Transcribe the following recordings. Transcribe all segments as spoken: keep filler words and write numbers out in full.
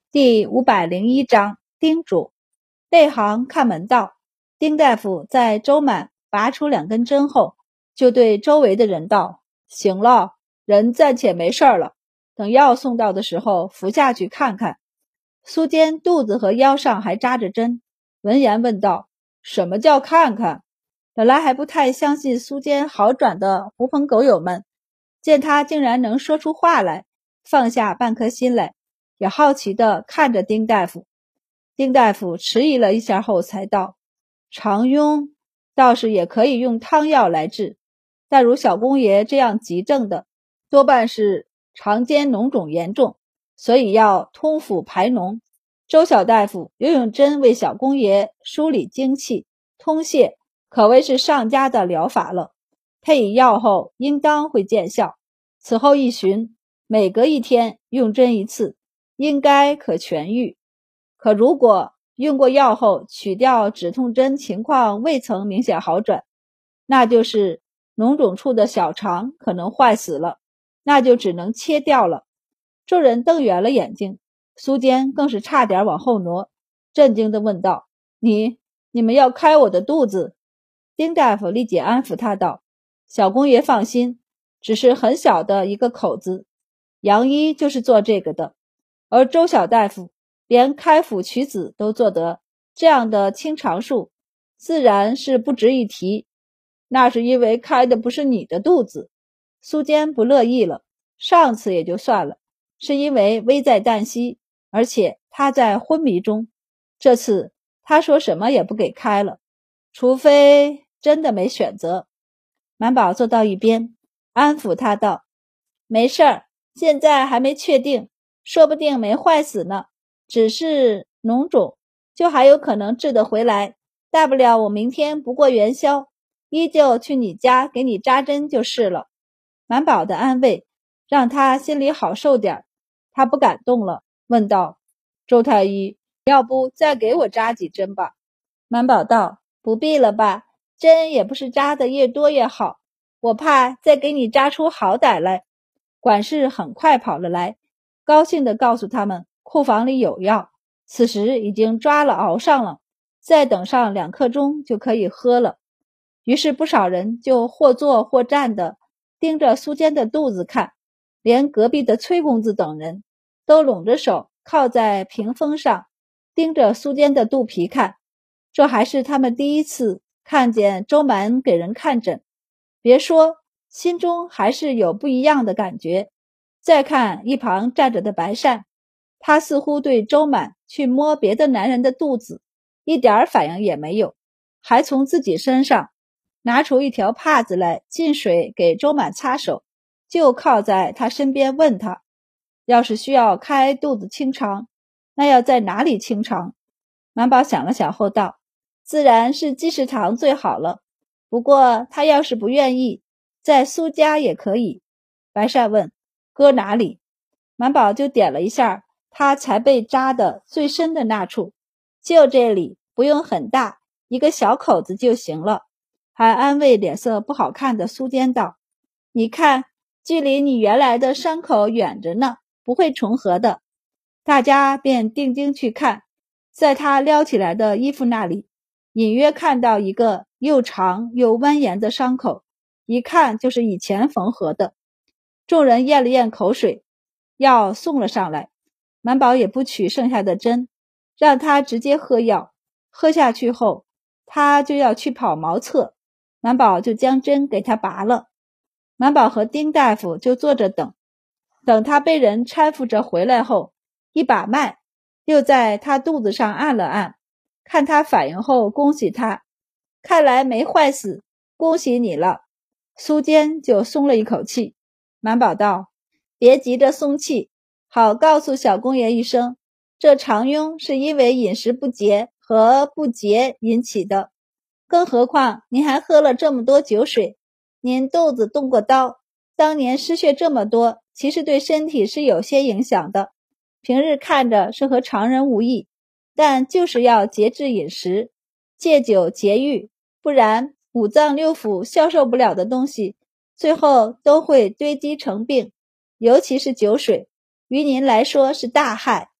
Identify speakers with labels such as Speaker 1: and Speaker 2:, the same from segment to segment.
Speaker 1: 第五百零一章叮嘱。内行看门道。丁大夫在周满拔出两根针后，就对周围的人道：行了，人暂且没事了，等药送到的时候服下去看看。苏坚肚子和腰上还扎着针，闻言问道：什么叫看看？本来还不太相信苏坚好转的狐朋狗友们，见他竟然能说出话来，放下半颗心来，也好奇地看着丁大夫。丁大夫迟疑了一下后才道：常痈倒是也可以用汤药来治，但如小公爷这样急症的，多半是肠间脓肿严重，所以要通腑排脓。周小大夫又用针为小公爷梳理精气通泻，可谓是上佳的疗法了，配以药后应当会见效。此后一旬，每隔一天用针一次，应该可痊愈。可如果用过药后取掉止痛针情况未曾明显好转，那就是脓肿处的小肠可能坏死了，那就只能切掉了。众人瞪圆了眼睛，苏坚更是差点往后挪，震惊地问道：你你们要开我的肚子？丁大夫立即安抚他道：小公爷放心，只是很小的一个口子，杨医就是做这个的，而周小大夫连开腹取子都做得，这样的清肠术自然是不值一提。那是因为开的不是你的肚子。苏坚不乐意了，上次也就算了，是因为危在旦夕，而且他在昏迷中，这次他说什么也不给开了，除非真的没选择。满宝坐到一边安抚他道：没事儿，现在还没确定，说不定没坏死呢，只是脓肿，就还有可能治得回来，大不了我明天不过元宵，依旧去你家给你扎针就是了。满宝的安慰让他心里好受点，他不敢动了，问道：周太医，要不再给我扎几针吧？满宝道：不必了吧，针也不是扎的越多越好，我怕再给你扎出好歹来。管事很快跑了来，高兴地告诉他们库房里有药，此时已经抓了熬上了，再等上两刻钟就可以喝了。于是不少人就或坐或站的盯着苏坚的肚子看，连隔壁的崔公子等人都拢着手靠在屏风上盯着苏坚的肚皮看。这还是他们第一次看见周满给人看诊，别说心中还是有不一样的感觉。再看一旁站着的白善，他似乎对周满去摸别的男人的肚子一点反应也没有，还从自己身上拿出一条帕子来进水给周满擦手，就靠在他身边问他：要是需要开肚子清肠，那要在哪里清肠？满宝想了想后道：自然是济世堂最好了，不过他要是不愿意，在苏家也可以。白善问：搁哪里？满宝就点了一下他才被扎的最深的那处，就这里，不用很大，一个小口子就行了。还安慰脸色不好看的苏坚道：你看，距离你原来的伤口远着呢，不会重合的。大家便定睛去看，在他撩起来的衣服那里，隐约看到一个又长又蜿蜒的伤口，一看就是以前缝合的。众人咽了咽口水，药送了上来，满宝也不取剩下的针，让他直接喝药。喝下去后，他就要去跑茅厕，满宝就将针给他拔了。满宝和丁大夫就坐着等，等他被人搀扶着回来后，一把脉，又在他肚子上按了按，看他反应后恭喜他，看来没坏死，恭喜你了。苏坚就松了一口气。满宝道：别急着松气，好告诉小公爷一声，这肠痈是因为饮食不节和不洁引起的，更何况您还喝了这么多酒水，您肚子动过刀，当年失血这么多，其实对身体是有些影响的。平日看着是和常人无异，但就是要节制饮食，戒酒节欲，不然五脏六腑消受不了的东西，最后都会堆积成病，尤其是酒水，于您来说是大害。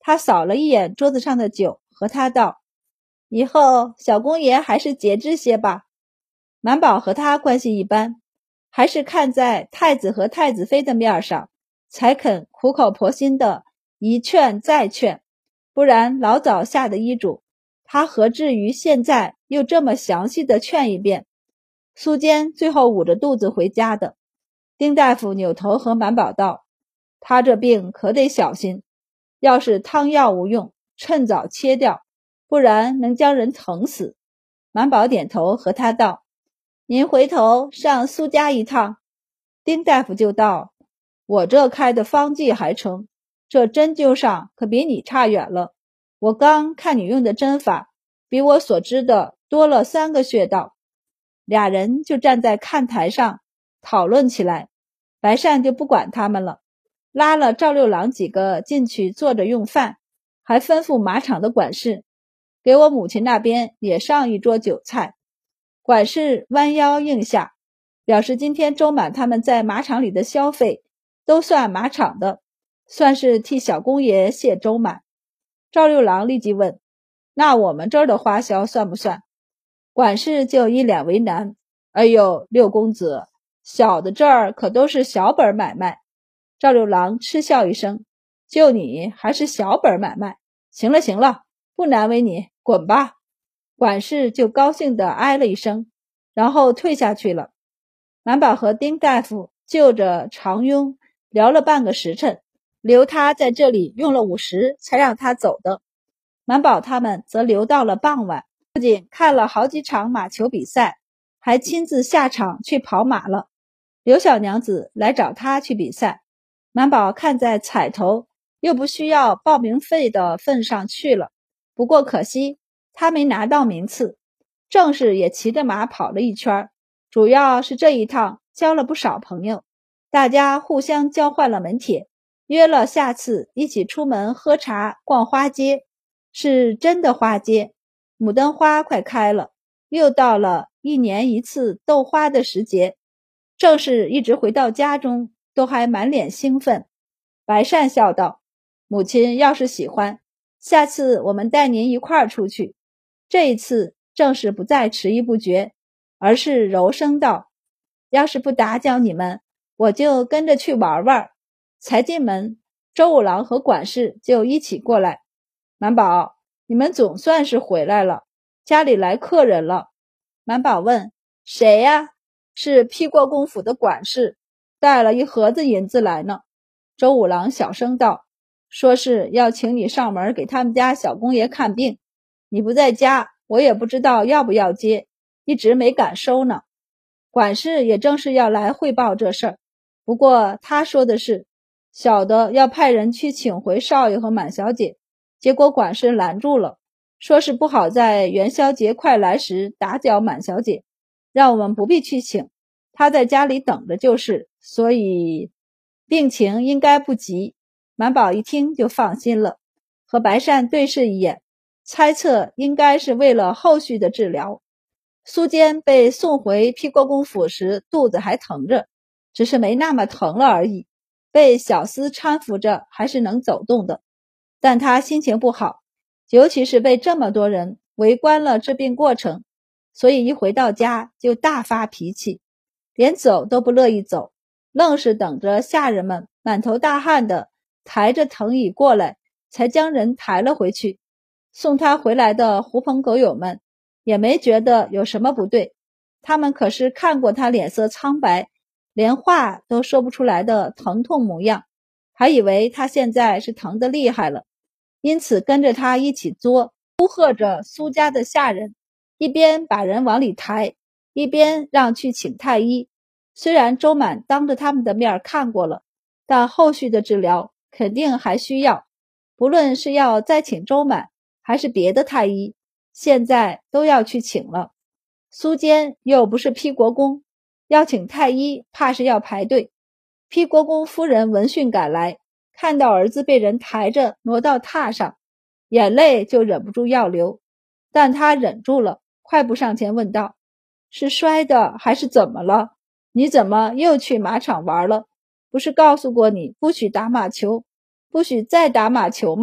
Speaker 1: 他扫了一眼桌子上的酒，和他道：以后小公爷还是节制些吧。满宝和他关系一般，还是看在太子和太子妃的面上，才肯苦口婆心的一劝再劝，不然老早下的医嘱，他何至于现在又这么详细的劝一遍。苏坚最后捂着肚子回家的。丁大夫扭头和满宝道：他这病可得小心，要是汤药无用，趁早切掉，不然能将人疼死。满宝点头和他道：您回头上苏家一趟。丁大夫就道：我这开的方剂还成，这针灸上可比你差远了。我刚看你用的针法，比我所知的多了三个穴道。俩人就站在看台上讨论起来，白善就不管他们了，拉了赵六郎几个进去坐着用饭，还吩咐马场的管事给我母亲那边也上一桌酒菜。管事弯腰应下，表示今天周满他们在马场里的消费都算马场的，算是替小公爷谢周满。赵六郎立即问：那我们这儿的花销算不算？管事就一脸为难：哎呦，六公子，小的这儿可都是小本买卖。赵六郎嗤笑一声：就你还是小本买卖，行了行了，不难为你，滚吧。管事就高兴地哀了一声，然后退下去了。满宝和丁大夫就着常庸聊了半个时辰，留他在这里用了午时才让他走的。满宝他们则留到了傍晚，不仅看了好几场马球比赛，还亲自下场去跑马了。刘小娘子来找他去比赛，满宝看在彩头又不需要报名费的份上去了，不过可惜他没拿到名次。正是也骑着马跑了一圈，主要是这一趟交了不少朋友，大家互相交换了门帖，约了下次一起出门喝茶逛花街。是真的花街，牡丹花快开了，又到了一年一次斗花的时节。正是一直回到家中都还满脸兴奋。白善笑道：母亲要是喜欢，下次我们带您一块儿出去。这一次正是不再迟疑不决，而是柔声道：要是不打搅你们，我就跟着去玩玩。才进门，周五郎和管事就一起过来。满宝，你们总算是回来了，家里来客人了。满宝问：谁呀？是披过公府的管事，带了一盒子银子来呢。周五郎小声道：说是要请你上门给他们家小公爷看病，你不在家，我也不知道要不要接，一直没敢收呢。管事也正是要来汇报这事儿，不过他说的是小的要派人去请回少爷和满小姐，结果管事拦住了，说是不好在元宵节快来时打搅满小姐，让我们不必去请，她在家里等着就是，所以病情应该不急。满宝一听就放心了，和白善对视一眼，猜测应该是为了后续的治疗。苏坚被送回披国公府时肚子还疼着，只是没那么疼了而已，被小厮搀扶着还是能走动的。但他心情不好，尤其是被这么多人围观了治病过程，所以一回到家就大发脾气，连走都不乐意走，愣是等着下人们满头大汗的抬着藤椅过来，才将人抬了回去。送他回来的狐朋狗友们也没觉得有什么不对，他们可是看过他脸色苍白，连话都说不出来的疼痛模样，还以为他现在是疼得厉害了，因此跟着他一起作，呼喝着苏家的下人，一边把人往里抬，一边让去请太医。虽然周满当着他们的面看过了，但后续的治疗肯定还需要，不论是要再请周满还是别的太医，现在都要去请了。苏坚又不是披国公，要请太医怕是要排队。披国公夫人闻讯赶来，看到儿子被人抬着挪到榻上，眼泪就忍不住要流，但他忍住了，快步上前问道：是摔的还是怎么了？你怎么又去马场玩了？不是告诉过你不许打马球，不许再打马球吗？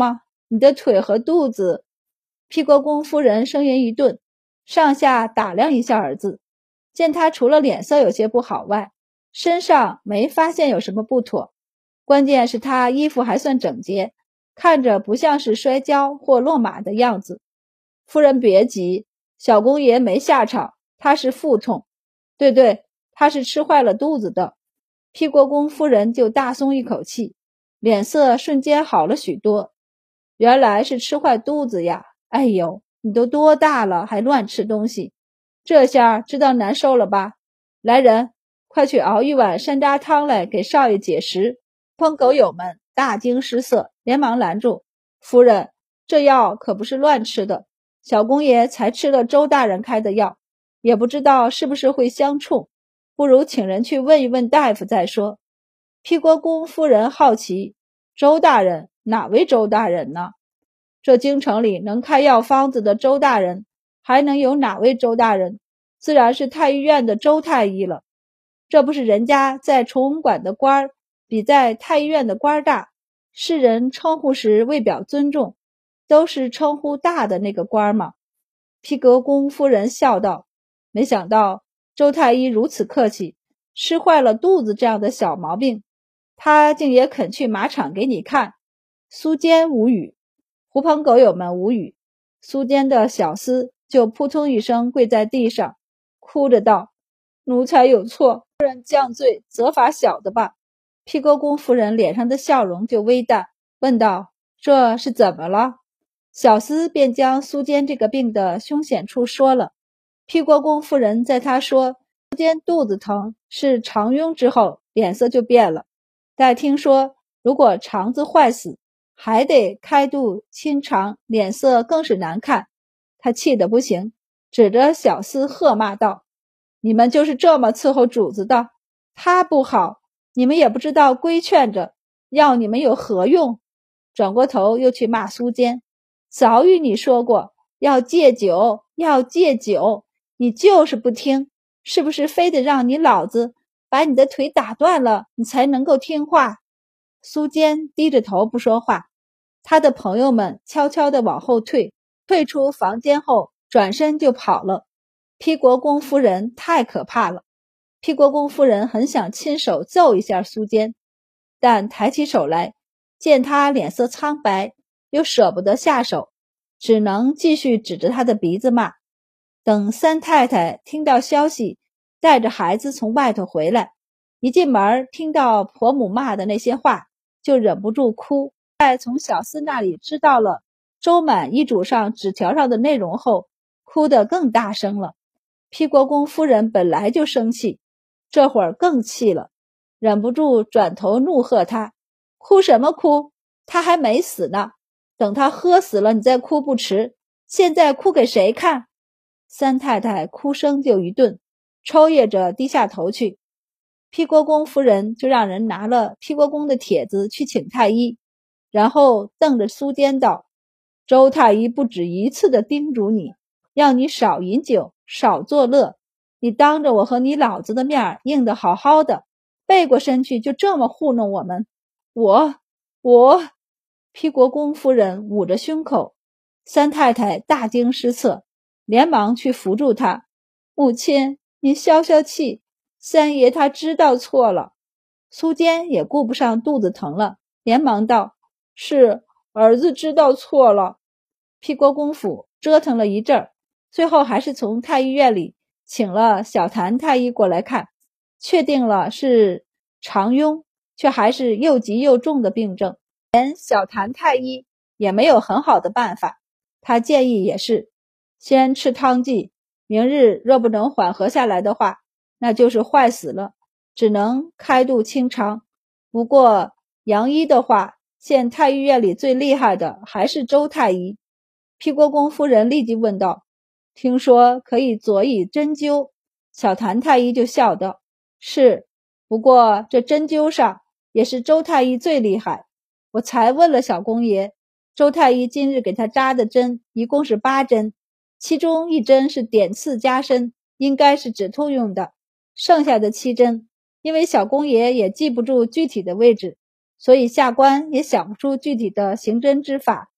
Speaker 1: 你的腿和肚子。辟国公夫人声音一顿，上下打量一下儿子，见他除了脸色有些不好外，身上没发现有什么不妥，关键是他衣服还算整洁，看着不像是摔跤或落马的样子。夫人别急，小公爷没下场，他是腹痛。对对，他是吃坏了肚子的。辟国公夫人就大松一口气，脸色瞬间好了许多。原来是吃坏肚子呀，哎呦，你都多大了还乱吃东西，这下知道难受了吧？来人，快去熬一碗山楂汤来给少爷解食。烹狗友们大惊失色，连忙拦住。夫人，这药可不是乱吃的，小公爷才吃了周大人开的药，也不知道是不是会相冲，不如请人去问一问大夫再说。辟国公夫人好奇，周大人？哪位周大人呢？这京城里能开药方子的周大人，还能有哪位周大人？自然是太医院的周太医了。这不是人家在崇文馆的官儿比在太医院的官大，世人称呼时为表尊重，都是称呼大的那个官吗？辟国公夫人笑道，没想到周太医如此客气，吃坏了肚子这样的小毛病，他竟也肯去马场给你看。苏坚无语，狐朋狗友们无语，苏坚的小厮就扑通一声跪在地上，哭着道，奴才有错，夫人降罪，责罚小的吧。辟国公夫人脸上的笑容就微淡，问道，这是怎么了？小厮便将苏坚这个病的凶险处说了。辟国公夫人在他说苏坚肚子疼是肠痈之后，脸色就变了，待听说如果肠子坏死还得开肚清肠，脸色更是难看。他气得不行，指着小厮喝骂道，你们就是这么伺候主子的？他不好，你们也不知道规劝着，要你们有何用？转过头又去骂苏坚，早与你说过要戒酒，要戒酒，你就是不听，是不是非得让你老子把你的腿打断了，你才能够听话？苏坚低着头不说话，他的朋友们悄悄地往后退，退出房间后转身就跑了。辟国公夫人太可怕了，辟国公夫人很想亲手揍一下苏坚，但抬起手来，见他脸色苍白，又舍不得下手，只能继续指着他的鼻子骂。等三太太听到消息，带着孩子从外头回来，一进门听到婆母骂的那些话，就忍不住哭。在从小厮那里知道了周满医嘱上纸条上的内容后，哭得更大声了。辟国公夫人本来就生气，这会儿更气了，忍不住转头怒喝他，哭什么哭？他还没死呢，等他喝死了你再哭不迟，现在哭给谁看？三太太哭声就一顿，抽噎着低下头去。辟国公夫人就让人拿了辟国公的帖子去请太医，然后瞪着苏坚道，周太医不止一次的叮嘱你，要你少饮酒，少作乐，你当着我和你老子的面硬得好好的，背过身去就这么糊弄我们。我我辟国公夫人捂着胸口，三太太大惊失色，连忙去扶住他，母亲你消消气，三爷他知道错了。苏坚也顾不上肚子疼了，连忙道，是儿子知道错了。辟国公府折腾了一阵儿，最后还是从太医院里请了小谭太医过来看，确定了是肠痈，却还是又急又重的病症。连小谭太医也没有很好的办法，他建议也是先吃汤剂，明日若不能缓和下来的话，那就是坏死了，只能开肚清肠。不过杨医的话，现太医院里最厉害的还是周太医。辟国公夫人立即问道，听说可以佐以针灸？小谭太医就笑道，是，不过这针灸上也是周太医最厉害。我才问了小公爷，周太医今日给他扎的针一共是八针，其中一针是点刺加深，应该是止痛用的，剩下的七针，因为小公爷也记不住具体的位置，所以下官也想不出具体的行针之法，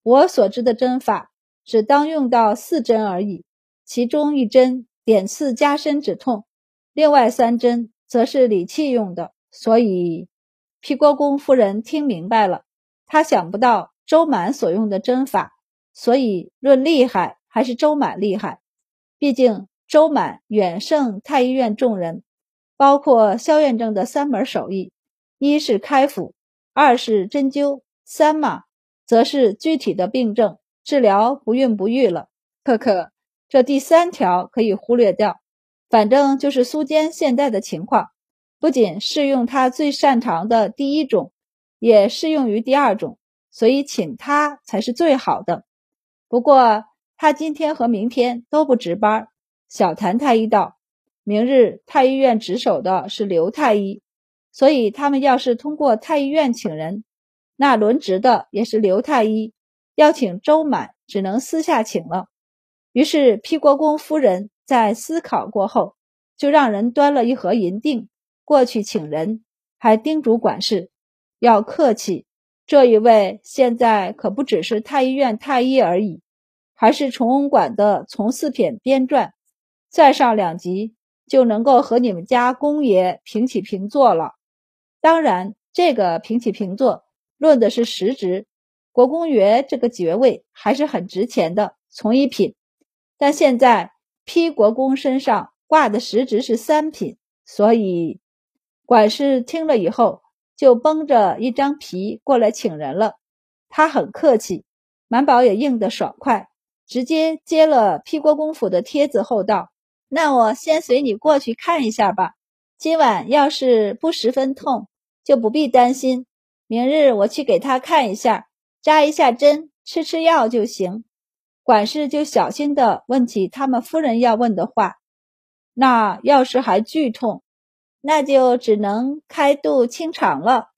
Speaker 1: 我所知的针法只当用到四针而已，其中一针点刺加深止痛，另外三针则是理气用的。所以毗国公夫人听明白了，她想不到周满所用的针法，所以论厉害还是周满厉害。毕竟周满远胜太医院众人，包括萧院正的三门手艺，一是开腹，二是针灸，三嘛则是具体的病症治疗不孕不育了。可可，这第三条可以忽略掉，反正就是苏坚现在的情况，不仅适用他最擅长的第一种，也适用于第二种，所以请他才是最好的。不过他今天和明天都不值班。小谭太医道，明日太医院值守的是刘太医，所以他们要是通过太医院请人，那轮值的也是刘太医，要请周满只能私下请了。于是毗国公夫人在思考过后，就让人端了一盒银锭过去请人，还叮嘱管事要客气，这一位现在可不只是太医院太医而已，还是崇文馆的从四品编撰，再上两级就能够和你们家公爷平起平坐了。当然这个平起平坐论的是实职，国公爵这个爵位还是很值钱的，从一品，但现在毗国公身上挂的实职是三品，所以管事听了以后就绷着一张皮过来请人了。他很客气，满宝也应得爽快，直接接了毗国公府的帖子后道，那我先随你过去看一下吧，今晚要是不十分痛就不必担心，明日我去给他看一下，扎一下针，吃吃药就行。管事就小心地问起他们夫人要问的话，那要是还剧痛，那就只能开肚清肠了。